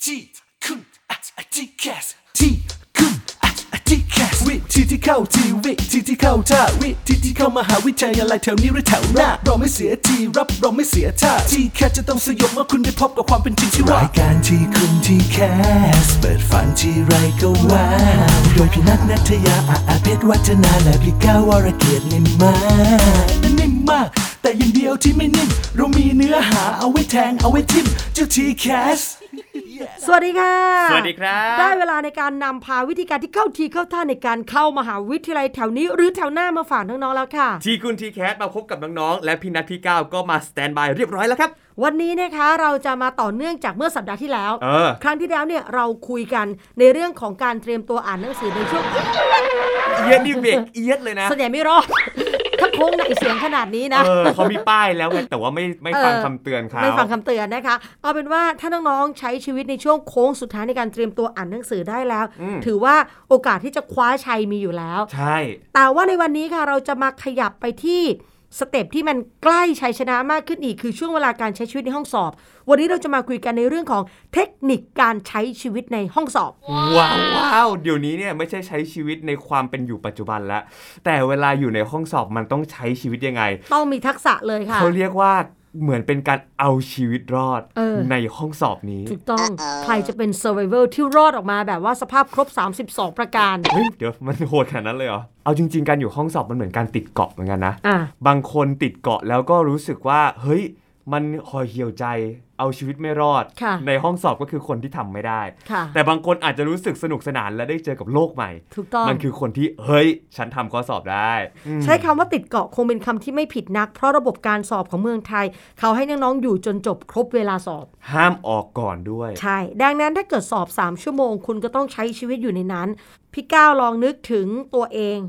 ที่คุณที่แคสที่คุณที่แคสวิธีที่เข้าทีวิธีที่เข้าท่าวิธีที่เข้ามหาวิทยาลัยแถวนี้หรือแถวหน้าเราไม่เสียทีรับเราไม่เสียท่าที่แคสจะต้องสยบเมื่อคุณได้พบกับความเป็นจริงที่ว่ารายการที่คุณที่แคสเปิดฝันที่ไรก็ว่าโดยพี่นัทนัทยาเพชรวัฒนาและพี่ก้าววรเกียรตินิ่มมากแต่อย่างเดียวที่ไม่นิ่มเรามีเนื้อหาเอาไว้แทงเอาไว้ทิ่มเจ้าทีแคสสวัสดีค่ะสวัสดีครับได้เวลาในการนำพาวิธีการที่เข้าทีเข้าท่าในการเข้ามหาวิทยาลัยแถวนี้หรือแถวหน้ามาฝากน้องๆแล้วค่ะที่คุณทีแคสมาพบกับน้องๆและพี่นัทพี่ก้าวก็มาสแตนบายเรียบร้อยแล้วครับวันนี้นะคะเราจะมาต่อเนื่องจากเมื่อสัปดาห์ที่แล้วครั้งที่แล้วเนี่ยเราคุยกันในเรื่องของการเตรียมตัวอ่านหนังสือในช่วงเอียดนี่เบรกเอียดเลยนะส่วนใหญ่ไม่รอดถ้าโค้งไหนเสียงขนาดนี้นะเขามีป้ายแล้วไงแต่ว่าไม่ฟังคำเตือนเขาไม่ฟังคำเตือนนะคะเอาเป็นว่าถ้าน้องๆใช้ชีวิตในช่วงโค้งสุดท้ายในการเตรียมตัวอ่านหนังสือได้แล้วถือว่าโอกาสที่จะคว้าชัยมีอยู่แล้วใช่แต่ว่าในวันนี้ค่ะเราจะมาขยับไปที่สเต็ปที่มันใกล้ชัยชนะมากขึ้นอีกคือช่วงเวลาการใช้ชีวิตในห้องสอบวันนี้เราจะมาคุยกันในเรื่องของเทคนิคการใช้ชีวิตในห้องสอบว้าวเดี๋ยวนี้เนี่ยไม่ใช่ใช้ชีวิตในความเป็นอยู่ปัจจุบันแล้วแต่เวลาอยู่ในห้องสอบมันต้องใช้ชีวิตยังไงต้องมีทักษะเลยค่ะเขาเรียกว่าเหมือนเป็นการเอาชีวิตรอดในห้องสอบนี้ถูกต้องใครจะเป็น survivor ที่รอดออกมาแบบว่าสภาพครบ32ประการเดี๋ยวมันโหดขนาดนั้นเลยเหรอเอาจริงๆการอยู่ห้องสอบมันเหมือนการติดเกาะเหมือนกันนะบางคนติดเกาะแล้วก็รู้สึกว่าเฮ้ยมันห่อเหี่ยวใจเอาชีวิตไม่รอดในห้องสอบก็คือคนที่ทำไม่ได้แต่บางคนอาจจะรู้สึกสนุกสนานและได้เจอกับโลกใหม่ถูกต้องมันคือคนที่เฮ้ยฉันทำข้อสอบได้ใช้คำว่าติดเกาะคงเป็นคำที่ไม่ผิดนักเพราะระบบการสอบของเมืองไทยเขาให้น้องๆอยู่จนจบครบเวลาสอบห้ามออกก่อนด้วยใช่ดังนั้นถ้าเกิดสอบ3ชั่วโมงคุณก็ต้องใช้ชีวิตอยู่ในนั้นพี่ก้าวลองนึกถึงตัวเอง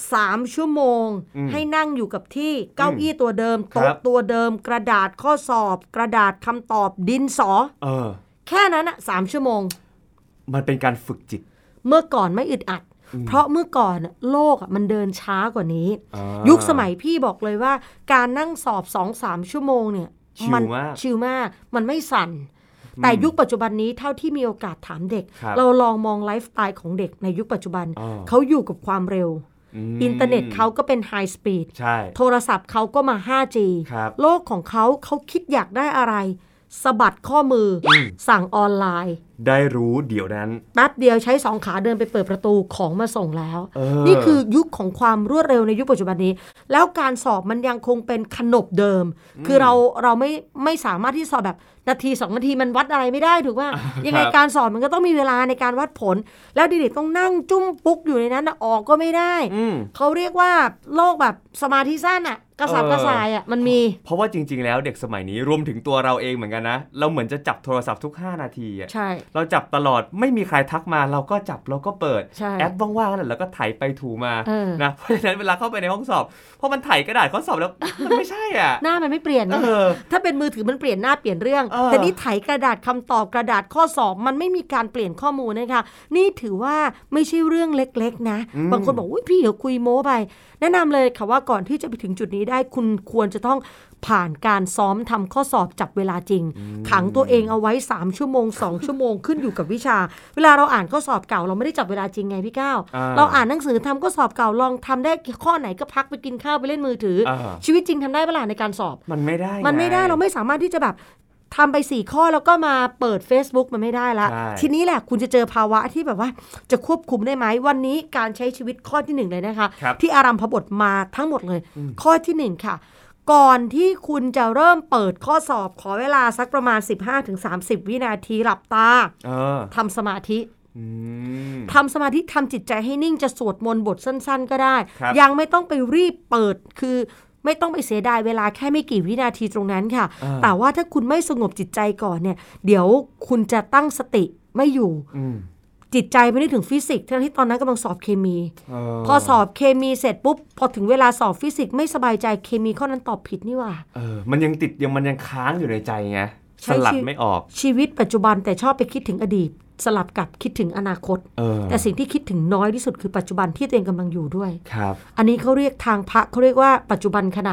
3ชั่วโมงให้นั่งอยู่กับที่เก้าอี้ตัวเดิมโต๊ะตัวเดิมกระดาษข้อสอบกระดาษคำตอบดินสอแค่นั้นอะ3ชั่วโมงมันเป็นการฝึกจิตเมื่อก่อนไม่อึดอัดเพราะเมื่อก่อนโลกมันเดินช้ากว่านี้ยุคสมัยพี่บอกเลยว่าการนั่งสอบ 2-3 ชั่วโมงเนี่ยมันชิลมากมันไม่สั่นแต่ยุคปัจจุบันนี้เท่าที่มีโอกาสถามเด็กเราลองมองไลฟ์สไตล์ของเด็กในยุคปัจจุบันเขาอยู่กับความเร็วอินเทอร์เน็ตเขาก็เป็นไฮสปีดโทรศัพท์เขาก็มา 5G โลกของเขาคิดอยากได้อะไรสะบัดข้อมือสั่งออนไลน์ได้รู้เดี๋ยวนั้นแป๊บเดียวใช้2ขาเดินไปเปิดประตูของมาส่งแล้วนี่คือยุคของความรวดเร็วในยุคปัจจุบันนี้แล้วการสอบมันยังคงเป็นขนบเดิมคือเราไม่สามารถที่สอบแบบนาที2นาทีมันวัดอะไรไม่ได้ถูกป่ะยังไงการสอบมันก็ต้องมีเวลาในการวัดผลแล้วเด็กๆต้องนั่งจุ้มปุ๊กอยู่ในนั้นออกก็ไม่ได้เขาเรียกว่าโลกแบบสมาธิสั้นอ่ะกระสับกระส่ายอ่ะมันมีเพราะว่าจริงๆแล้วเด็กสมัยนี้รวมถึงตัวเราเองเหมือนกันนะเราเหมือนจะจับโทรศัพท์ทุก5นาทีอ่ะใช่เราจับตลอดไม่มีใครทักมาเราก็จับเราก็เปิดแอปว่างๆนั่นแหละแล้วก็ไถไปถูมานะเพราะฉะนั้นเวลาเข้าไปในห้องสอบพอมันไถกระดาษข้อสอบแล้วมันไม่ใช่อ่ะหน้ามันไม่เปลี่ยนถ้าเป็นมือถือมันเปลี่ยนหน้าเปลี่ยนเรื่องแต่นี่ไถกระดาษคำตอบกระดาษข้อสอบมันไม่มีการเปลี่ยนข้อมูลนะคะนี่ถือว่าไม่ใช่เรื่องเล็กๆนะบางคนบอกอุ๊ยพี่เดี๋ยวคุยโม้ไปแนะนำเลยค่ะว่าก่อนที่จะไปถึงจุดนี้ได้คุณควรจะต้องผ่านการซ้อมทำข้อสอบจับเวลาจริงขังตัวเองเอาไว้3ชั่วโมง2ชั่วโมงขึ้นอยู่กับวิชาเวลาเราอ่านข้อสอบเก่าเราไม่ได้จับเวลาจริงไงพี่ก้าวเราอ่านหนังสือทำข้อสอบเก่าลองทำได้ข้อไหนก็พักไปกินข้าวไปเล่นมือถือชีวิตจริงทำได้เวลาในการสอบมันไม่ได้เราไม่สามารถที่จะแบบทำไป4ข้อแล้วก็มาเปิด Facebook มันไม่ได้ละทีนี้แหละคุณจะเจอภาวะที่แบบว่าจะควบคุมได้ไหมวันนี้การใช้ชีวิตข้อที่1เลยนะคะที่อารัมภบทมาทั้งหมดเลยข้อที่1ค่ะก่อนที่คุณจะเริ่มเปิดข้อสอบขอเวลาสักประมาณ 15-30 วินาทีหลับตาทำสมาธิทำสมาธิทำจิตใจให้นิ่งจะสวดมนต์บทสั้นๆก็ได้ยังไม่ต้องไปรีบเปิดคือไม่ต้องไปเสียดายเวลาแค่ไม่กี่วินาทีตรงนั้นค่ะแต่ว่าถ้าคุณไม่สงบจิตใจก่อนเนี่ยเดี๋ยวคุณจะตั้งสติไม่อยู่จิตใจไม่ได้ถึงฟิสิกส์ทั้งที่ตอนนั้นกำลังสอบเคมีพอสอบเคมีเสร็จปุ๊บพอถึงเวลาสอบฟิสิกส์ไม่สบายใจเคมีข้อนั้นตอบผิดนี่ว่ามันยังติดมันยังค้างอยู่ในใจไงสลัดไม่ออกชีวิตปัจจุบันแต่ชอบไปคิดถึงอดีตสลับกับคิดถึงอนาคตแต่สิ่งที่คิดถึงน้อยที่สุดคือปัจจุบันที่ตัวเองกำลังอยู่ด้วยครับอันนี้เขาเรียกทางพระเขาเรียกว่าปัจจุบันขณะ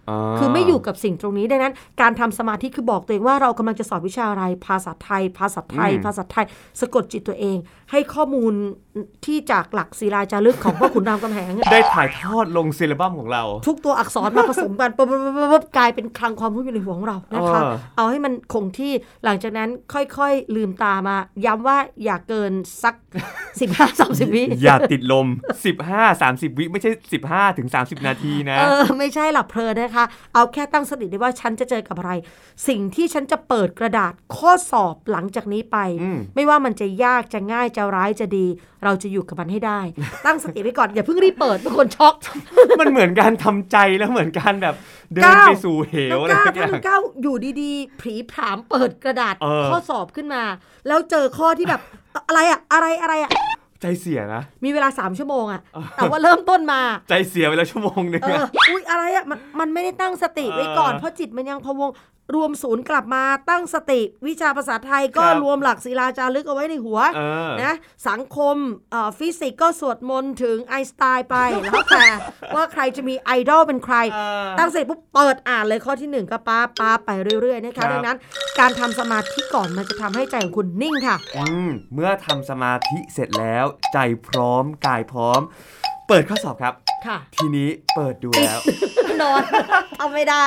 คือไม่อยู่กับสิ่งตรงนี้ดังนั้นการทำสมาธิคือบอกตัวเองว่าเรากำลังจะสอบวิชาอะไรภาษาไทยสะกดจิตตัวเองให้ข้อมูลที่จากหลักศิลาจารึกของพ่อขุนรามคำแหงได้ถ่ายทอดลงซิลลับัมของเราทุกตัวอักษรมาผสมกันปุ๊บกลายเป็นคลังความรู้อยู่ในหัวของเรานะคะเอาให้มันคงที่หลังจากนั้นค่อยๆลืมตามาย้ำว่าอย่าเกินสัก 15-30 วิอย่าติดลม 15-30 วิไม่ใช่ 15-30 นาทีนะไม่ใช่หลับเพลินนะคะเอาแค่ตั้งสติได้ว่าฉันจะเจอกับอะไรสิ่งที่ฉันจะเปิดกระดาษข้อสอบหลังจากนี้ไปไม่ว่ามันจะยากจะง่ายจะร้ายจะดีเราจะอยู่กับมันให้ได้ตั้งสติไว้ก่อนอย่าเพิ่งรีบเปิดบางคนช็อกมันเหมือนการทำใจแล้วเหมือนการแบบเดินไปสู่เหวอะไรอย่างเงี้ยก้าวอยู่ดีๆผีผามเปิดกระดาษข้อสอบขึ้นมาแล้วเจอข้อที่แบบอะไรอะใจเสียนะมีเวลา3 ชั่วโมงอะแต่ว่าเริ่มต้นมาใจเสียไปแล้วชั่วโมงนึงอุ๊ยอะไรอะมันไม่ได้ตั้งสติไว้ก่อนเพราะจิตมันยังพะวงรวมศูนย์กลับมาตั้งสติวิชาภาษาไทยก็รวมหลักศิลาจารึกเอาไว้ในหัวนะสังคมฟิสิกส์ก็สวดมนต์ถึงไอน์สไตน์ไปแล้วแต่ว่าใครจะมีไอดอลเป็นใครตั้งเสร็จปุ๊บเปิดอ่านเลยข้อที่1ก็ป้าไปเรื่อยๆนะคะดังนั้นการทำสมาธิก่อนมันจะทำให้ใจของคุณนิ่งค่ะเมื่อทำสมาธิเสร็จแล้วใจพร้อมกายพร้อมเปิดข้อสอบครับทีนี้เปิดดูแล้วนอนทำไม่ได้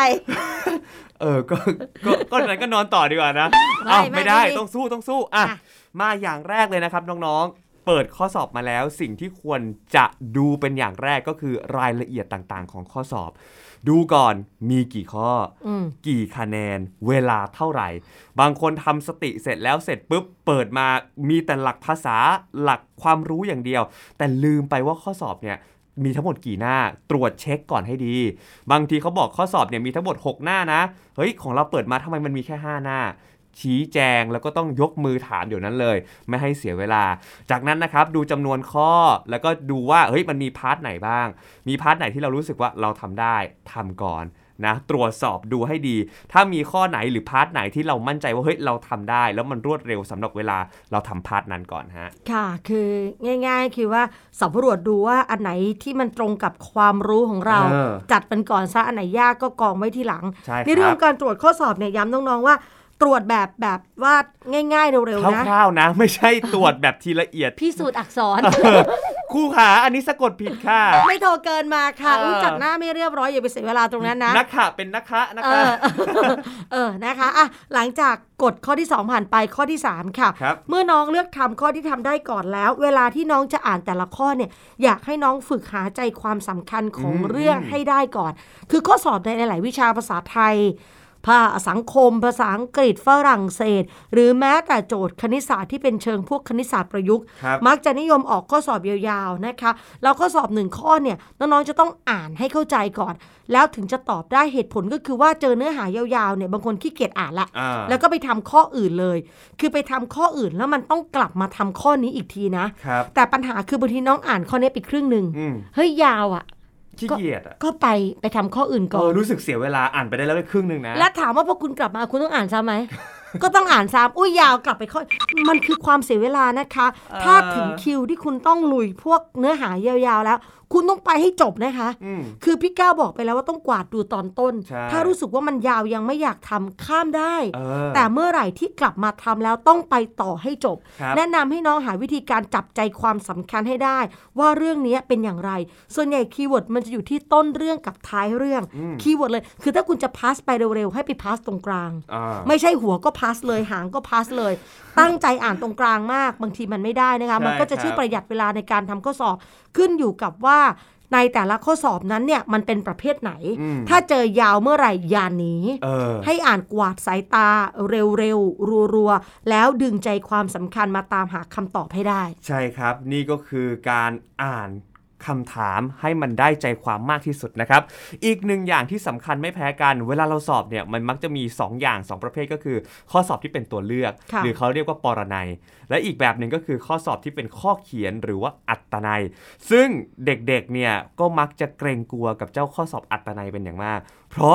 ก็นั้นก็นอนต่อดีกว่านะไม่ได้ต้องสู้อ่ะมาอย่างแรกเลยนะครับน้องๆเปิดข้อสอบมาแล้วสิ่งที่ควรจะดูเป็นอย่างแรกก็คือรายละเอียดต่างๆของข้อสอบดูก่อนมีกี่ข้อกี่คะแนนเวลาเท่าไหร่บางคนทำสติเสร็จปุ๊บเปิดมามีแต่หลักภาษาหลักความรู้อย่างเดียวแต่ลืมไปว่าข้อสอบเนี่ยมีทั้งหมดกี่หน้าตรวจเช็คก่อนให้ดีบางทีเขาบอกข้อสอบเนี่ยมีทั้งหมด6หน้านะเฮ้ยของเราเปิดมาทำไมมันมีแค่5หน้าชี้แจงแล้วก็ต้องยกมือถามเดี๋ยวนั้นเลยไม่ให้เสียเวลาจากนั้นนะครับดูจำนวนข้อแล้วก็ดูว่าเฮ้ยมันมีพาร์ทไหนบ้างมีพาร์ทไหนที่เรารู้สึกว่าเราทำได้ทำก่อนนะตรวจสอบดูให้ดีถ้ามีข้อไหนหรือพาร์ทไหนที่เรามั่นใจว่าเฮ้ยเราทำได้แล้วมันรวดเร็วสำหรับเวลาเราทำพาร์ทนั้นก่อนฮะค่ะคือง่ายๆคือว่าสำรวจดูว่าอันไหนที่มันตรงกับความรู้ของเราจัดมันก่อนซะอันไหนยากก็กองไว้ทีหลังในเรื่องการตรวจข้อสอบเนี่ยย้ำน้องๆว่าตรวจแบบว่าง่ายๆเร็วๆนะคร่าวๆนะไม่ใช่ตรวจแบบทีละเอียดพิสูจน์อักษรครูขาอันนี้สะกดผิดค่ะไม่โทรเกินมาค่ะจัดหน้าไม่เรียบร้อยอย่าไปเสียเวลาตรงนั้นนะนักข่ะเป็นนักข่ะนะคะนะคะอ่ะหลังจากกดข้อที่2ผ่านไปข้อที่3ค่ะเมื่อน้องเลือกทำข้อที่ทำได้ก่อนแล้วเวลาที่น้องจะอ่านแต่ละข้อเนี่ยอยากให้น้องฝึกหาใจความสำคัญของเรื่องให้ได้ก่อนคือข้อสอบในหลายๆวิชาภาษาไทยสังคมภาษาอังกฤษฝรั่งเศสหรือแม้แต่โจทย์คณิตศาสตร์ที่เป็นเชิงพวกคณิตศาสตร์ประยุกต์มักจะนิยมออกข้อสอบยาวๆนะคะแล้วข้อสอบ1ข้อเนี่ยน้องๆจะต้องอ่านให้เข้าใจก่อนแล้วถึงจะตอบได้เหตุผลก็คือว่าเจอเนื้อหายาวๆเนี่ยบางคนขี้เกียจอ่านละแล้วก็ไปทำข้ออื่นเลยคือไปทำข้ออื่นแล้วมันต้องกลับมาทำข้อนี้อีกทีนะแต่ปัญหาคือบางทีน้องอ่านข้อนี้ไปครึ่งนึงเฮ้ยยาวอ่ะขี้เกียจก็ไปทำข้ออื่นก่อนรู้สึกเสียเวลาอ่านไปได้แล้วครึ่งนึงนะแล้วถามว่าพอคุณกลับมาคุณต้องอ่านซ้ำไหม ก็ต้องอ่านซ้ำอุ้ยยาวกลับไปข้อมันคือความเสียเวลานะคะถ้าถึงคิวที่คุณต้องลุยพวกเนื้อหายาวๆแล้วคุณต้องไปให้จบนะคะคือพี่ก้าวบอกไปแล้วว่าต้องกวาดดูตอนต้นถ้ารู้สึกว่ามันยาวยังไม่อยากทำข้ามได้แต่เมื่อไหร่ที่กลับมาทำแล้วต้องไปต่อให้จบแนะนำให้น้องหาวิธีการจับใจความสำคัญให้ได้ว่าเรื่องนี้เป็นอย่างไรส่วนใหญ่คีย์เวิร์ดมันจะอยู่ที่ต้นเรื่องกับท้ายเรื่องคีย์เวิร์ดเลยคือถ้าคุณจะพาสไปเร็วๆให้ไปพาสตรงกลางไม่ใช่หัวก็พาสเลยหางก็พาสเลยตั้งใจอ่านตรงกลางมากบางทีมันไม่ได้นะคะมันก็จะช่วยประหยัดเวลาในการทำข้อสอบขึ้นอยู่กับว่าในแต่ละข้อสอบนั้นเนี่ยมันเป็นประเภทไหนถ้าเจอยาวเมื่อไหร่อย่าหนีให้อ่านกวาดสายตาเร็วๆรัวๆแล้วดึงใจความสำคัญมาตามหาคำตอบให้ได้ใช่ครับนี่ก็คือการอ่านคำถามให้มันได้ใจความมากที่สุดนะครับอีกหนึ่งอย่างที่สำคัญไม่แพ้กันเวลาเราสอบเนี่ยมันมักจะมี2อย่าง2ประเภทก็คือข้อสอบที่เป็นตัวเลือกหรือเขาเรียกว่าปรนัยและอีกแบบหนึ่งก็คือข้อสอบที่เป็นข้อเขียนหรือว่าอัตนัยซึ่งเด็กๆเนี่ยก็มักจะเกรงกลัวกับเจ้าข้อสอบอัตนัยเป็นอย่างมากเพราะ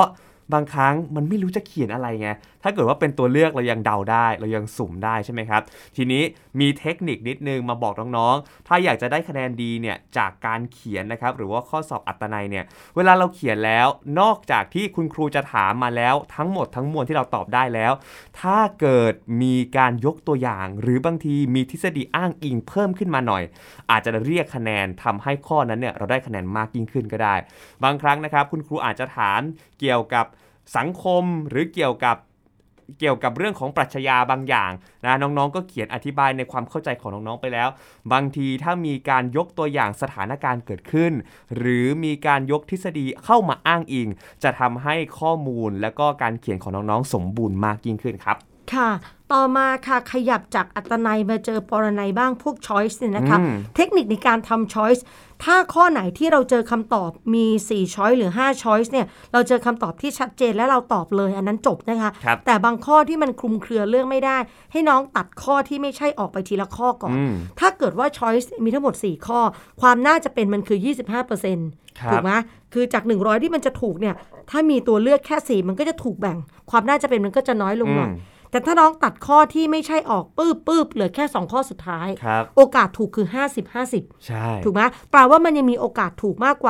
บางครั้งมันไม่รู้จะเขียนอะไรไงถ้าเกิดว่าเป็นตัวเลือกเรายังเดาได้เรายังสุ่มได้ใช่ไหมครับทีนี้มีเทคนิคนิดนึงมาบอกน้องๆถ้าอยากจะได้คะแนนดีเนี่ยจากการเขียนนะครับหรือว่าข้อสอบอัตนัยเนี่ยเวลาเราเขียนแล้วนอกจากที่คุณครูจะถามมาแล้วทั้งหมดทั้งมวลที่เราตอบได้แล้วถ้าเกิดมีการยกตัวอย่างหรือบางทีมีทฤษฎีอ้างอิงเพิ่มขึ้นมาหน่อยอาจจะเรียกคะแนนทำให้ข้อนั้นเนี่ยเราได้คะแนนมากยิ่งขึ้นก็ได้บางครั้งนะครับคุณครูอาจจะถามเกี่ยวกับสังคมหรือเกี่ยวกับเรื่องของปรัชญาบางอย่างนะน้องๆก็เขียนอธิบายในความเข้าใจของน้องๆไปแล้วบางทีถ้ามีการยกตัวอย่างสถานการณ์เกิดขึ้นหรือมีการยกทฤษฎีเข้ามาอ้างอิงจะทำให้ข้อมูลและก็การเขียนของน้องๆสมบูรณ์มากยิ่งขึ้นครับค่ะต่อมาค่ะขยับจากอัตนัยมาเจอปรนัยบ้างพวก choice เนี่ยนะคะเทคนิคในการทำ choice ถ้าข้อไหนที่เราเจอคำตอบมี4 choice หรือ5 choice เนี่ยเราเจอคำตอบที่ชัดเจนและเราตอบเลยอันนั้นจบนะคะแต่บางข้อที่มันคลุมเครือเรื่องไม่ได้ให้น้องตัดข้อที่ไม่ใช่ออกไปทีละข้อก่อนถ้าเกิดว่า choice มีทั้งหมด4ข้อความน่าจะเป็นมันคือ 25% ถูกไหมคือจาก100ที่มันจะถูกเนี่ยถ้ามีตัวเลือกแค่4มันก็จะถูกแบ่งความน่าจะเป็นมันก็จะน้อยลงหน่อยแต่ถ้าน้องตัดข้อที่ไม่ใช่ออกปื้บเหลือแค่2ข้อสุดท้ายโอกาสถูกคือ50-50 ใช่ถูกไหมแปลว่ามันยังมีโอกาสถูกมากกว่า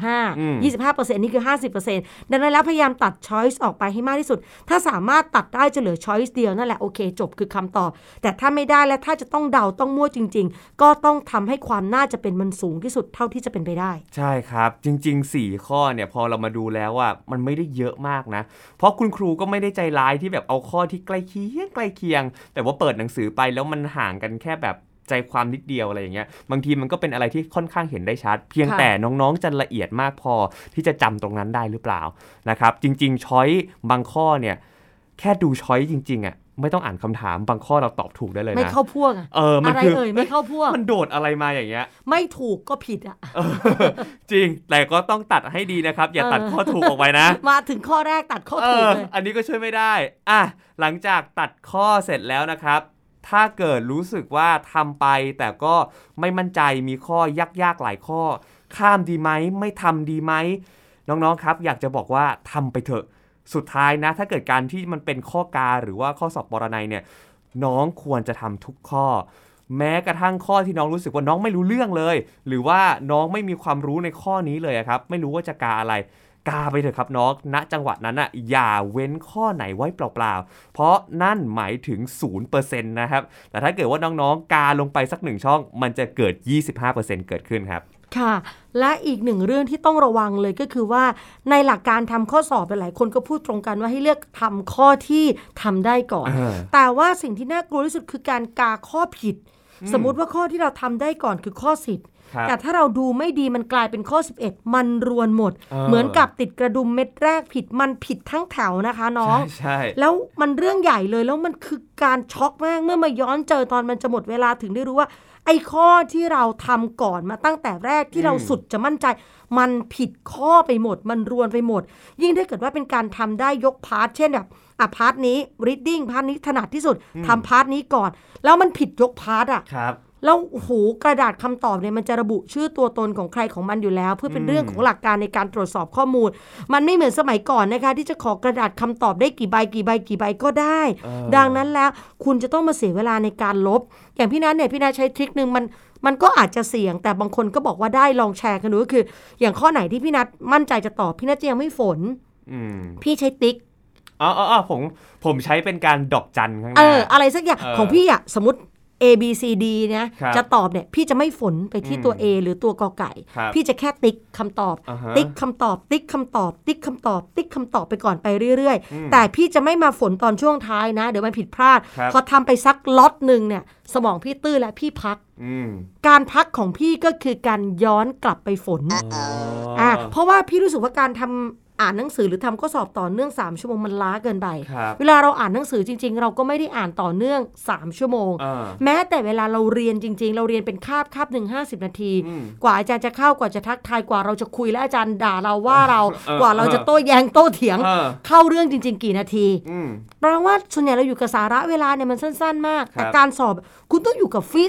25% นี่คือ 50% ดังนั้นแล้วพยายามตัด choice ออกไปให้มากที่สุดถ้าสามารถตัดได้จะเหลือ choice เดียวนั่นแหละโอเคจบคือคำตอบแต่ถ้าไม่ได้และถ้าจะต้องเดาต้องมั่วจริงๆก็ต้องทำให้ความน่าจะเป็นมันสูงที่สุดเท่าที่จะเป็นไปได้ใช่ครับจริงๆ4ข้อเนี่ยพอเรามาดูแล้วอ่ะมันไม่ได้เยอะมากนะเพราะคุณครูก็ไม่ได้ใจร้ายที่แบบเอาข้อที่ใกล้เคียงแต่ว่าเปิดหนังสือไปแล้วมันห่างกันแค่แบบใจความนิดเดียวอะไรอย่างเงี้ยบางทีมันก็เป็นอะไรที่ค่อนข้างเห็นได้ชัดเพียงแต่น้องๆจะละเอียดมากพอที่จะจำตรงนั้นได้หรือเปล่านะครับจริงๆช้อยบางข้อเนี่ยแค่ดูช้อยจริงๆอ่ะไม่ต้องอ่านคำถามบางข้อเราตอบถูกได้เลยนะไม่เข้าพวกมันคือไม่เข้าพวกมันโดดอะไรมาอย่างเงี้ยไม่ถูกก็ผิดอ่ะจริงแต่ก็ต้องตัดให้ดีนะครับอย่าตัดข้อถูกออกไปนะมาถึงข้อแรกตัดข้อถูกเลยอันนี้ก็ช่วยไม่ได้หลังจากตัดข้อเสร็จแล้วนะครับถ้าเกิดรู้สึกว่าทำไปแต่ก็ไม่มั่นใจมีข้อยากๆหลายข้อข้ามดีไหมไม่ทำดีไหมน้องๆครับอยากจะบอกว่าทำไปเถอะสุดท้ายนะถ้าเกิดการที่มันเป็นข้อกาหรือว่าข้อสอบปรนัยเนี่ยน้องควรจะทำทุกข้อแม้กระทั่งข้อที่น้องรู้สึกว่าน้องไม่รู้เรื่องเลยหรือว่าน้องไม่มีความรู้ในข้อนี้เลยครับไม่รู้ว่าจะกาอะไรกาไปเถอะครับน้องณจังหวะนั้นอย่าเว้นข้อไหนไว้เปล่าๆเพราะนั่นหมายถึง 0% นะครับแต่ถ้าเกิดว่าน้องๆกาลงไปสัก1ช่องมันจะเกิด 25% เกิดขึ้นครับค่ะและอีกหนึ่งเรื่องที่ต้องระวังเลยก็คือว่าในหลักการทำข้อสอบหลายคนก็พูดตรงกันว่าให้เลือกทำข้อที่ทำได้ก่อนแต่ว่าสิ่งที่น่ากลัวที่สุดคือการกาข้อผิดสมมุติว่าข้อที่เราทำได้ก่อนคือข้อ10แต่ถ้าเราดูไม่ดีมันกลายเป็นข้อ11มันรวนหมดเหมือนกับติดกระดุมเม็ดแรกผิดมันผิดทั้งแถวนะคะน้องใช่แล้วมันเรื่องใหญ่เลยแล้วมันคือการช็อกมากเมื่อมาย้อนเจอตอนมันจะหมดเวลาถึงได้รู้ว่าไอ้ข้อที่เราทำก่อนมาตั้งแต่แรกที่เราสุดจะมั่นใจมันผิดข้อไปหมดมันรวนไปหมดยิ่งถ้าเกิดว่าเป็นการทำได้ยกพาร์ทเช่นแบบพาร์ทนี้ reading พาร์ทนี้ถนัดที่สุดทำพาร์ทนี้ก่อนแล้วมันผิดยกพาร์ทครับแล้วกระดาษคำตอบเนี่ยมันจะระบุชื่อตัวตนของใครของมันอยู่แล้วเพื่อเป็นเรื่องของหลักการในการตรวจสอบข้อมูลมันไม่เหมือนสมัยก่อนนะคะที่จะขอกระดาษคำตอบได้กี่ใบก็ได้ดังนั้นแล้วคุณจะต้องมาเสียเวลาในการลบอย่างพี่นัทเนี่ยพี่นัทใช้ทริคนึงมันก็อาจจะเสี่ยงแต่บางคนก็บอกว่าได้ลองแชร์กันดูก็คืออย่างข้อไหนที่พี่นัทมั่นใจจะตอบพี่นัทจะยังไม่ฝนพี่ใช้ติ๊กผมใช้เป็นการดอกจันข้างหน้าอะไรสักอย่างของพี่สมมติA B C D นะจะตอบเนี่ยพี่จะไม่ฝนไปที่ตัว A หรือตัวกอไก่พี่จะแค่ติ๊กคำตอบติ๊กคำตอบติ๊กคำตอบติ๊กคำตอบติ๊กคำตอบไปก่อนไปเรื่อยๆแต่พี่จะไม่มาฝนตอนช่วงท้ายนะเดี๋ยวมันผิดพลาดพอทำไปสักล็อตนึงเนี่ยสมองพี่ตื้อและพี่พักการพักของพี่ก็คือการย้อนกลับไปฝนเพราะว่าพี่รู้สึกว่าการอ่านหนังสือหรือทำข้อสอบต่อเนื่อง3ชั่วโมงมันล้าเกินไปเวลาเราอ่านหนังสือจริงๆเราก็ไม่ได้อ่านต่อเนื่อง3ชั่วโมงแม้แต่เวลาเราเรียนจริงๆเราเรียนเป็นคาบนึง50นาทีกว่าอาจารย์จะเข้ากว่าจะทักทายกว่าเราจะคุยและอาจารย์ด่าเราว่าเรากว่าเราจะโต้แย้งโต้เถียงเข้าเรื่องจริงๆกี่นาทีแปลว่าส่วนใหญ่เราอยู่กับสาระเวลาเนี่ยมันสั้นๆมากแต่การสอบคุณต้องอยู่กับฟิสิกส์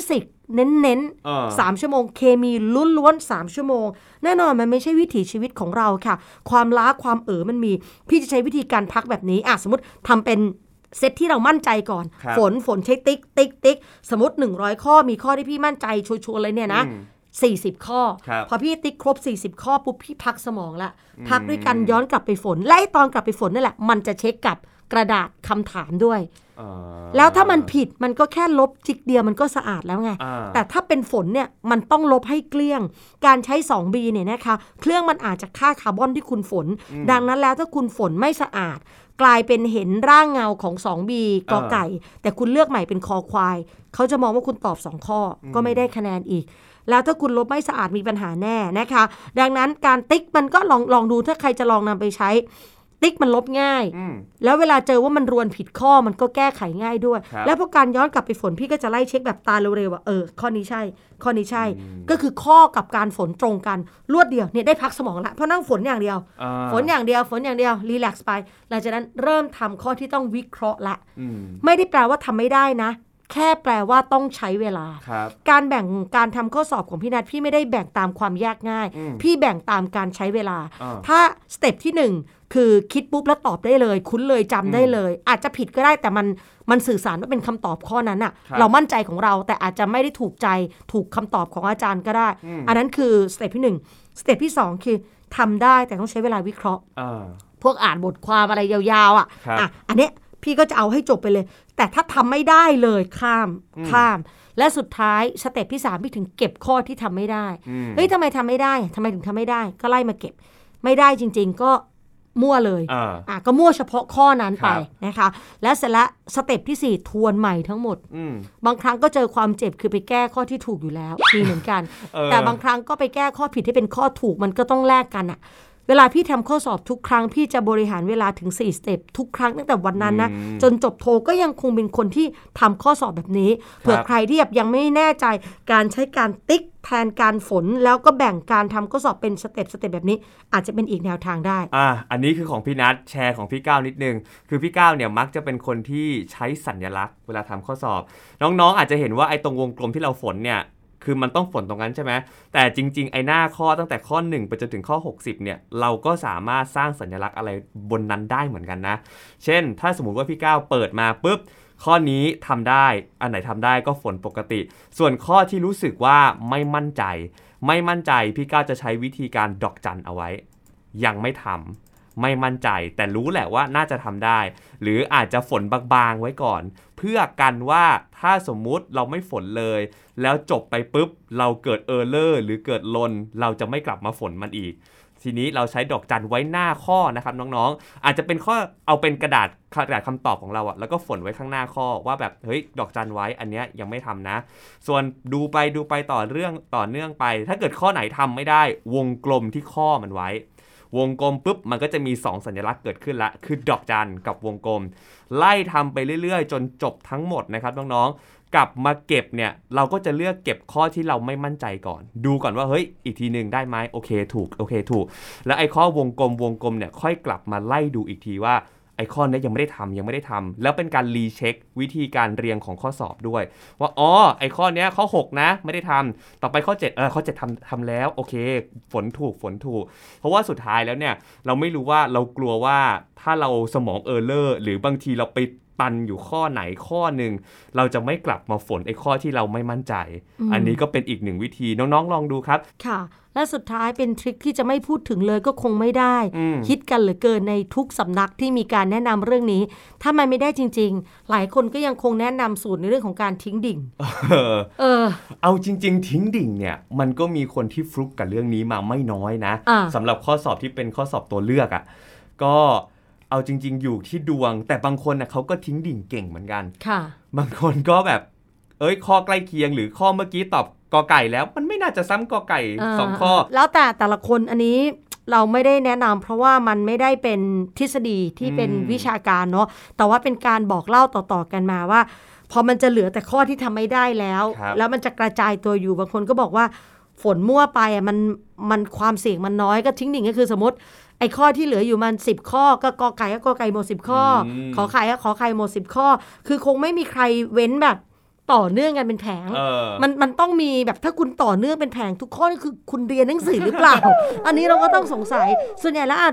เน้น3 ชั่วโมงเคมีล้วนๆ3 ชั่วโมงแน่นอนมันไม่ใช่วิถีชีวิตของเราค่ะความล้าความมันมีพี่จะใช้วิธีการพักแบบนี้สมมติทำเป็นเซตที่เรามั่นใจก่อนฝนใช้ติ๊กสมมติ100ข้อมีข้อที่พี่มั่นใจชัวร์ๆเลยเนี่ยนะ40 ข้อพอพี่ติ๊กครบ40 ข้อปุ๊บพี่พักสมองละพักด้วยกันย้อนกลับไปฝนไล่ตอนกลับไปฝนนั่นแหละมันจะเช็คกับกระดาษคำถามด้วยแล้วถ้ามันผิดมันก็แค่ลบจิกเดียวมันก็สะอาดแล้วไงแต่ถ้าเป็นฝนเนี่ยมันต้องลบให้เกลี้ยงการใช้ 2B เนี่ยนะคะเครื่องมันอาจจะฆ่าคาร์บอนที่คุณฝนดังนั้นแล้วถ้าคุณฝนไม่สะอาดกลายเป็นเห็นร่างเงาของ 2B กอไก่แต่คุณเลือกใหม่เป็นคอควายเขาจะมองว่าคุณตอบ2ข้อก็ไม่ได้คะแนนอีกแล้วถ้าคุณลบไม่สะอาดมีปัญหาแน่นะคะดังนั้นการติ๊กมันก็ลองดูถ้าใครจะลองนำไปใช้ติ๊กมันลบง่ายแล้วเวลาเจอว่ามันรวนผิดข้อมันก็แก้ไขง่ายด้วยแล้วพอการย้อนกลับไปฝนพี่ก็จะไล่เช็คแบบตาเร็วๆว่าข้อนี้ใช่ข้อนี้ใช่ก็คือข้อกับการฝนตรงกันรวดเดียวเนี่ยได้พักสมองละเพราะนั่งฝนอย่างเดียวฝนอย่างเดียวรีแลกซ์ไปหลังจากนั้นเริ่มทำข้อที่ต้องวิเคราะห์ละไม่ได้แปลว่าทำไม่ได้นะแค่แปลว่าต้องใช้เวลาการแบ่งการทำข้อสอบของพี่นัทพี่ไม่ได้แบ่งตามความยากง่ายพี่แบ่งตามการใช้เวลาถ้าสเต็ปที่1คือคิดปุ๊บแล้วตอบได้เลยคุ้นเลยจำได้เลยอาจจะผิดก็ได้แต่มันสื่อสารว่าเป็นคำตอบข้อนั้นอะเรามั่นใจของเราแต่อาจจะไม่ได้ถูกใจถูกคำตอบของอาจารย์ก็ได้อันนั้นคือสเต็ปที่1สเต็ปที่2คือทำได้แต่ต้องใช้เวลาวิเคราะห์พวกอ่านบทความอะไรยาวๆอันเนี้ยพี่ก็จะเอาให้จบไปเลยแต่ถ้าทำไม่ได้เลยข้ามและสุดท้ายสเต็ปที่3พี่ถึงเก็บข้อที่ทำไม่ได้เฮ้ยทำไมทำไม่ได้ทำไมถึงทำไม่ได้ก็ไล่มาเก็บไม่ได้จริงๆก็มั่วเลยก็มั่วเฉพาะข้อนั้นไปนะคะและเสร็จแล้วสเต็ปที่4ทวนใหม่ทั้งหมดบางครั้งก็เจอความเจ็บคือไปแก้ข้อที่ถูกอยู่แล้วมีเหมือนกันแต่บางครั้งก็ไปแก้ข้อผิดที่เป็นข้อถูกมันก็ต้องแลกกันอะเวลาพี่ทำข้อสอบทุกครั้งพี่จะบริหารเวลาถึง4สเต็ปทุกครั้งตั้งแต่วันนั้นนะจนจบโทก็ยังคงเป็นคนที่ทำข้อสอบแบบนี้เผื่อใครที่ยังไม่แน่ใจการใช้การติ๊กแทนการฝนแล้วก็แบ่งการทำข้อสอบเป็นสเต็ปแบบนี้อาจจะเป็นอีกแนวทางได้อันนี้คือของพี่นัทแชร์ของพี่ก้าวนิดนึงคือพี่ก้าวเนี่ยมักจะเป็นคนที่ใช้สัญลักษณ์เวลาทำข้อสอบน้องๆอาจจะเห็นว่าไอ้ตรงวงกลมที่เราฝนเนี่ยคือมันต้องฝนตรงนั้นใช่ไหมแต่จริงๆไอ้หน้าข้อตั้งแต่ข้อ1ไปจนถึงข้อ60เนี่ยเราก็สามารถสร้างสัญลักษณ์อะไรบนนั้นได้เหมือนกันนะเช่นถ้าสมมุติว่าพี่ก้าวเปิดมาปุ๊บข้อนี้ทำได้อันไหนทำได้ก็ฝนปกติส่วนข้อที่รู้สึกว่าไม่มั่นใจพี่ก้าวจะใช้วิธีการดอกจันเอาไว้ยังไม่ทำไม่มั่นใจแต่รู้แหละว่าน่าจะทำได้หรืออาจจะฝนบางๆไว้ก่อนเพื่อกันว่าถ้าสมมุติเราไม่ฝนเลยแล้วจบไปปุ๊บเราเกิดเออร์เลอร์หรือเกิดลนเราจะไม่กลับมาฝนมันอีกทีนี้เราใช้ดอกจันไว้หน้าข้อนะครับน้องๆอาจจะเป็นข้อเอาเป็นกระดาษคำตอบของเราแล้วก็ฝนไว้ข้างหน้าข้อว่าแบบเฮ้ยดอกจันไว้อันเนี้ยยังไม่ทำนะส่วนดูไปต่อเนื่องไปถ้าเกิดข้อไหนทำไม่ได้วงกลมที่ข้อมันไว้วงกลมปุ๊บมันก็จะมี2สัญลักษณ์เกิดขึ้นละคือดอกจันกับวงกลมไล่ทำไปเรื่อยๆจนจบทั้งหมดนะครับน้องๆกลับมาเก็บเนี่ยเราก็จะเลือกเก็บข้อที่เราไม่มั่นใจก่อนดูก่อนว่าเฮ้ยอีกทีนึงได้ไหมโอเคถูกแล้วไอ้ข้อวงกลมเนี่ยค่อยกลับมาไล่ดูอีกทีว่าไอ้ข้อนี้ยังไม่ได้ทำแล้วเป็นการรีเช็ควิธีการเรียงของข้อสอบด้วยว่าไอ้ข้อนี้ข้อ6นะไม่ได้ทำต่อไปข้อ7ข้อ7ทำแล้วโอเคฝนถูกเพราะว่าสุดท้ายแล้วเนี่ยเราไม่รู้ว่าเรากลัวว่าถ้าเราสมองเออร์เลอร์หรือบางทีเราไปตันอยู่ข้อไหนข้อหนึ่งเราจะไม่กลับมาฝนไอ้ข้อที่เราไม่มั่นใจอันนี้ก็เป็นอีกหนึ่งวิธีน้องๆลองดูครับค่ะและสุดท้ายเป็นทริคที่จะไม่พูดถึงเลยก็คงไม่ได้คิดกันเหลือเกินในทุกสำนักที่มีการแนะนำเรื่องนี้ถ้ามันไม่ได้จริงๆหลายคนก็ยังคงแนะนำสูตรในเรื่องของการทิ้งดิ่งเอาจริงๆทิ้งดิ่งเนี่ยมันก็มีคนที่ฟลุกกับเรื่องนี้มาไม่น้อยนะสำหรับข้อสอบที่เป็นข้อสอบตัวเลือกก็เอาจริงๆอยู่ที่ดวงแต่บางคนเขาก็ทิ้งดิ่งเก่งเหมือนกันค่ะบางคนก็แบบข้อใกล้เคียงหรือข้อเมื่อกี้ตอบกอไก่แล้วมันไม่น่าจะซ้ำกอไก่2ข้อแล้วแต่ละคนอันนี้เราไม่ได้แนะนำเพราะว่ามันไม่ได้เป็นทฤษฎีที่เป็นวิชาการเนาะแต่ว่าเป็นการบอกเล่าต่อๆกันมาว่าพอมันจะเหลือแต่ข้อที่ทำไม่ได้แล้วมันจะกระจายตัวอยู่บางคนก็บอกว่าฝนมั่วไปมันความเสี่ยงมันน้อยก็ทิ้งดิ่งก็คือสมมติไอ้ข้อที่เหลืออยู่มัน10ข้อก็กอไก่ก็กอไก่หมด10ข้อขอไข่ก็ขอไข่หมด10ข้อคือคงไม่มีใครเว้นแบบต่อเนื่องกันเป็นแผงมันต้องมีแบบถ้าคุณต่อเนื่องเป็นแผงทุกข้อนี่คือคุณเรียนหนังสือหรือเปล่า อันนี้เราก็ต้องสงสัยส่วนใหญ่แล้ว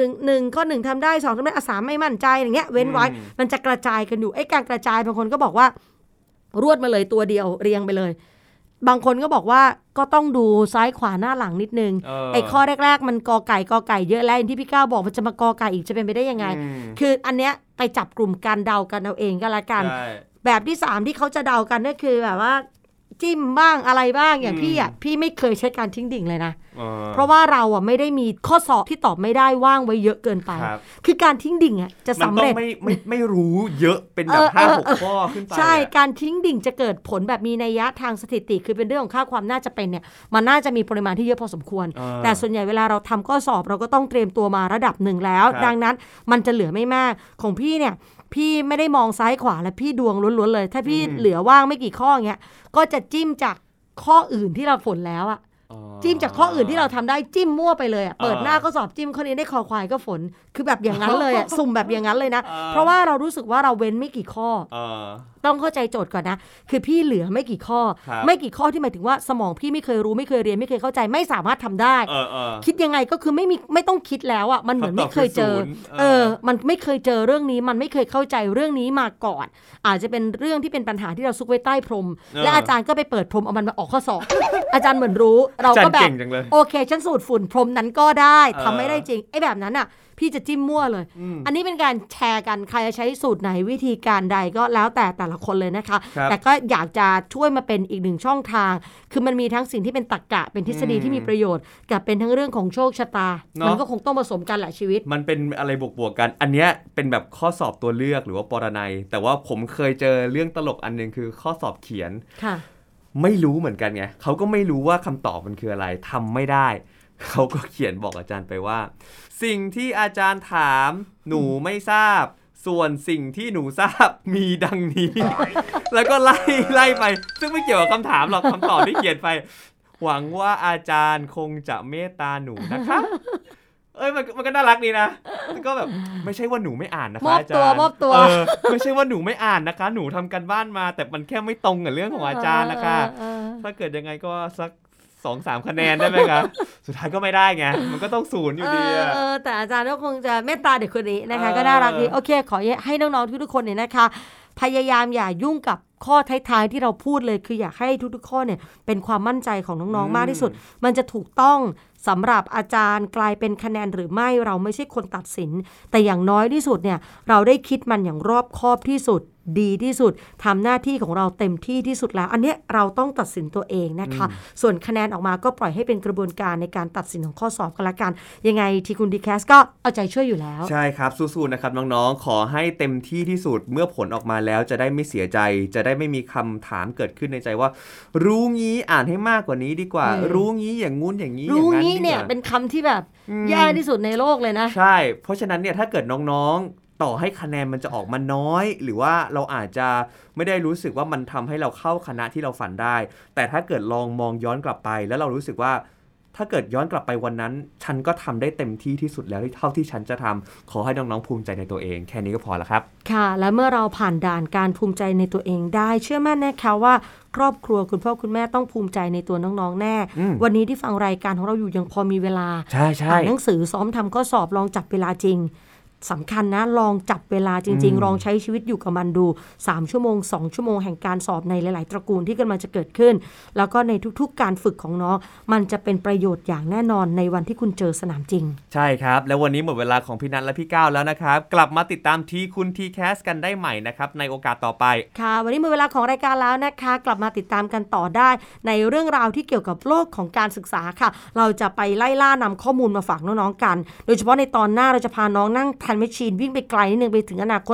1ข้อ1ทำได้2ทำได้3ไม่มั่นใจอย่างเงี้ยเว้นไว้มันจะกระจายกันอยู่ไอ้การกระจายบางคนก็บอกว่ารวดมาเลยตัวเดียวเรียงไปเลยบางคนก็บอกว่าก็ต้องดูซ้ายขวาหน้าหลังนิดนึงไอ้ข้อแรกๆมันกอไก่เยอะแล้วที่พี่ก้าวบอกมันจะมากอไก่อีกจะเป็นไปได้ยังไงคืออันเนี้ยไปจับกลุ่มการเดากันเอาเองก็แล้วกันแบบที่3ที่เขาจะเดากันก็คือแบบว่าจิ้มบ้างอะไรบ้างอย่างพี่ไม่เคยใช้การทิ้งดิ่งเลยนะเพราะว่าเราไม่ได้มีข้อสอบที่ตอบไม่ได้ว่างไว้เยอะเกินไปคือการทิ้งดิ่งจะสำเร็จไม่รู้เยอะเป็นแบบ5-6 ข้อขึ้นไปใช่การทิ้งดิ่งจะเกิดผลแบบมีนัยยะทางสถิติคือเป็นเรื่องของค่าความน่าจะเป็นเนี่ยมันน่าจะมีปริมาณที่เยอะพอสมควรแต่ส่วนใหญ่เวลาเราทำข้อสอบเราก็ต้องเตรียมตัวมาระดับหนึ่งแล้วดังนั้นมันจะเหลือไม่มากของพี่เนี่ยพี่ไม่ได้มองซ้ายขวาและพี่ดวงล้วนๆเลยถ้าพี่เหลือว่างไม่กี่ข้อเงี้ยก็จะจิ้มจากข้ออื่นที่เราฝนแล้วอะจิ้มจากข้ออื่นที่เราทำได้จิ้มมั่วไปเลยเปิดหน้าก็สอบจิ้มข้อนี้ได้คอควายก็ฝนคือแบบอย่างนั้นเลยสุ่มแบบอย่างนั้นเลยนะเพราะว่าเรารู้สึกว่าเราเว้นไม่กี่ข้อต้องเข้าใจโจทย์ก่อนนะคือพี่เหลือไม่กี่ข้อไม่กี่ข้อที่หมายถึงว่าสมองพี่ไม่เคยรู้ไม่เคยเรียนไม่เคยเข้าใจไม่สามารถทำได้คิดยังไงก็คือไม่ต้องคิดแล้วมันเหมือนไม่เคยเจอมันไม่เคยเจอเรื่องนี้มันไม่เคยเข้าใจเรื่องนี้มาก่อนอาจจะเป็นเรื่องที่เป็นปัญหาที่เราซุกไว้ใต้พรมและอาจารย์ก็ไปเปิดพรมเอามันมาออกข้อสอบอาจารย์เหมือนรู้เราก็แบบโอเคฉันสูตรฝุ่นพรมนั้นก็ได้ทำไม่ได้จริงไอ้แบบนั้นพี่จะจิ้มมั่วเลยอันนี้เป็นการแชร์กันใครจะใช้สูตรไหนวิธีการใดก็แล้วแต่ละคนเลยนะคะแต่ก็อยากจะช่วยมาเป็นอีกหนึ่งช่องทางคือมันมีทั้งสิ่งที่เป็นตรรกะเป็นทฤษฎีที่มีประโยชน์กับเป็นทั้งเรื่องของโชคชะตามันก็คงต้องผสมกันแหละชีวิตมันเป็นอะไรบวกๆกันอันเนี้ยเป็นแบบข้อสอบตัวเลือกหรือว่าปรนัยแต่ว่าผมเคยเจอเรื่องตลกอันนึงคือข้อสอบเขียนไม่รู้เหมือนกันไงเขาก็ไม่รู้ว่าคำตอบมันคืออะไรทำไม่ได้เขาก็เขียนบอกอาจารย์ไปว่าสิ่งที่อาจารย์ถามหนูไม่ทราบส่วนสิ่งที่หนูทราบมีดังนี้ แล้วก็ไล่ไปซึ่งไม่เกี่ยวกับคำถามหรอกคำตอบที่เขียนไปหวังว่าอาจารย์คงจะเมตตาหนูนะคะมันก็น่ารักดีนะก็แบบไม่ใช่ว่าหนูไม่อ่านนะคะอาจารย์มอบตัวไม่ใช่ว่าหนูไม่อ่านนะคะหนูทำกันบ้านมาแต่มันแค่ไม่ตรงกับเรื่องของอาจารย์นะคะถ้าเกิดยังไงก็สัก2-3 คะแนนได้ไหมครับสุดท้ายก็ไม่ได้ไงมันก็ต้อง0อยู่ดีแต่อาจารย์ก็คงจะเมตตาเด็กคนนี้นะคะก็น่ารักดีโอเคขอให้น้องๆทุกคนเนี่ยนะคะพยายามอย่ายุ่งกับข้อท้ายๆที่เราพูดเลยคืออยากให้ทุกๆข้อเนี่ยเป็นความมั่นใจของน้องๆมากที่สุดมันจะถูกต้องสำหรับอาจารย์กลายเป็นคะแนนหรือไม่เราไม่ใช่คนตัดสินแต่อย่างน้อยที่สุดเนี่ยเราได้คิดมันอย่างรอบคอบที่สุดดีที่สุดทำหน้าที่ของเราเต็มที่ที่สุดแล้วอันนี้เราต้องตัดสินตัวเองนะคะส่วนคะแนนออกมาก็ปล่อยให้เป็นกระบวนการในการตัดสินของข้อสอบกันละกันยังไงทีคุณดีแคสก็เอาใจช่วยอยู่แล้วใช่ครับสู้ๆนะครับน้องๆขอให้เต็มที่ที่สุดเมื่อผลออกมาแล้วจะได้ไม่เสียใจจะได้ไม่มีคำถามเกิดขึ้นในใจว่ารู้งี้อ่านให้มากกว่านี้ดีกว่ารู้งี้อย่างงู้นอย่างนี้รู้งี้เนี่ยเป็นคำที่แบบแย่ที่สุดในโลกเลยนะใช่เพราะฉะนั้นเนี่ยถ้าเกิดน้องๆต่อให้คะแนนมันจะออกมาน้อยหรือว่าเราอาจจะไม่ได้รู้สึกว่ามันทำให้เราเข้าคณะที่เราฝันได้แต่ถ้าเกิดลองมองย้อนกลับไปแล้วเรารู้สึกว่าถ้าเกิดย้อนกลับไปวันนั้นฉันก็ทำได้เต็มที่ที่สุดแล้วเท่าที่ฉันจะทำขอให้น้องๆภูมิใจในตัวเองแค่นี้ก็พอแล้วครับค่ะและเมื่อเราผ่านด่านการภูมิใจในตัวเองได้เชื่อมั่นนะคะว่าครอบครัวคุณพ่อคุณแม่ต้องภูมิใจในตัวน้องๆแน่วันนี้ที่ฟังรายการของเราอยู่ยังพอมีเวลาอ่านหนังสือซ้อมทำข้อสอบลองจับเวลาจริงสำคัญนะลองจับเวลาจริงๆลองใช้ชีวิตอยู่กับมันดู3ชั่วโมง2ชั่วโมงแห่งการสอบในหลายๆตระกูลที่กำลังจะเกิดขึ้นแล้วก็ในทุกๆการฝึกของน้องมันจะเป็นประโยชน์อย่างแน่นอนในวันที่คุณเจอสนามจริงใช่ครับแล้ววันนี้หมดเวลาของพี่นัทและพี่ก้าวแล้วนะครับกลับมาติดตามทีคุณทีแคสกันได้ใหม่นะครับในโอกาสต่อไปค่ะวันนี้หมดเวลาของรายการแล้วนะคะกลับมาติดตามกันต่อได้ในเรื่องราวที่เกี่ยวกับโลกของการศึกษาค่ะเราจะไปไล่ล่านำข้อมูลมาฝากน้องๆกันโดยเฉพาะในตอนหน้าเราจะพาน้องนั่งทันแมชชีนวิ่งไปไกลนิดนึงไปถึงอนาคต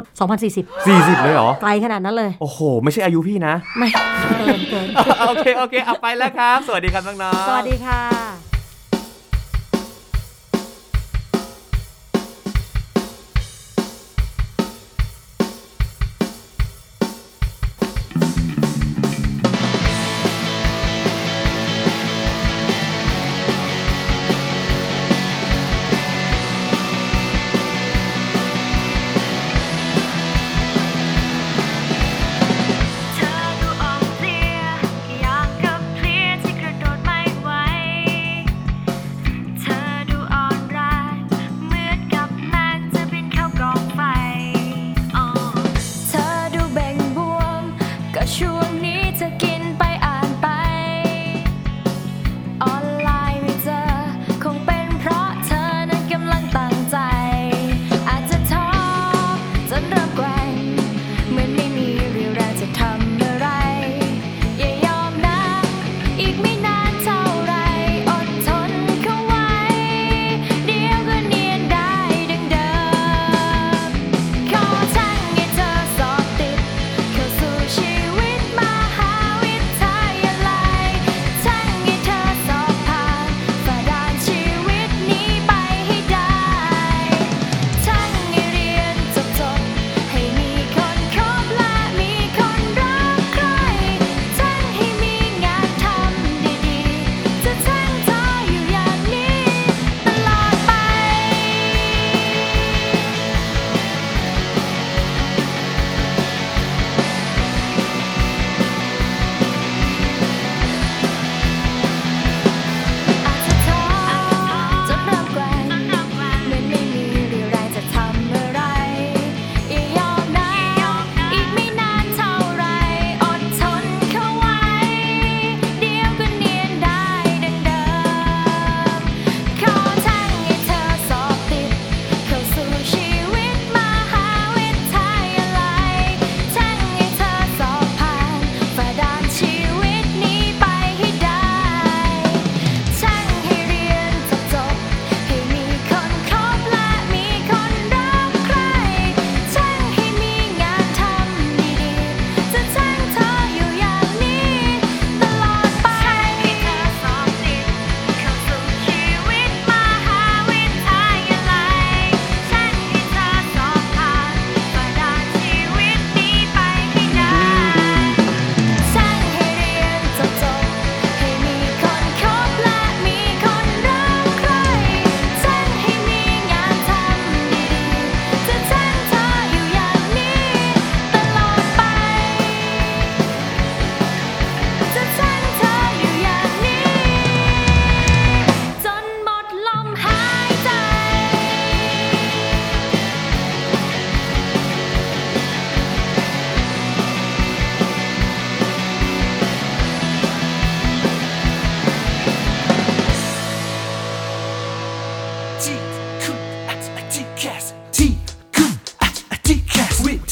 2040 เลยเหรอไกลขนาดนั้นเลยโอ้โหไม่ใช่อายุพี่นะไม่เกินโอเคเอาไปแล้วครับสวัสดีครับน้องๆสวัสดีค่ะเธอดูอ่อ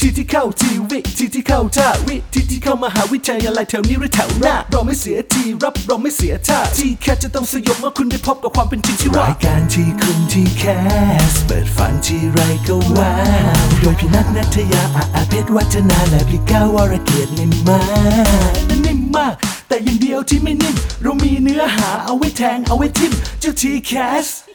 ธีที่เข้าทีวิธีที่เข้าท่าวิธีที่เข้ามหาวิทยาลัยแถวนี้หรือแถวหน้าเราไม่เสียทีรับเราไม่เสียท่าที่แค่จะต้องสยบเมื่อคุณได้พบกับความเป็นจริงที่ว่ารายการที่คุณที่แคสเปิดฝันที่ไรก็ว้าวโดยพี่นัทณัฐยาเพชรวัฒนาและพี่ก้าววรเกียรตินิ่มมากแต่อย่างเดียวที่ไม่นิ่มเรามีเนื้อหาเอาไว้แทงเอาไว้ทิ่มเจ้าทีแคส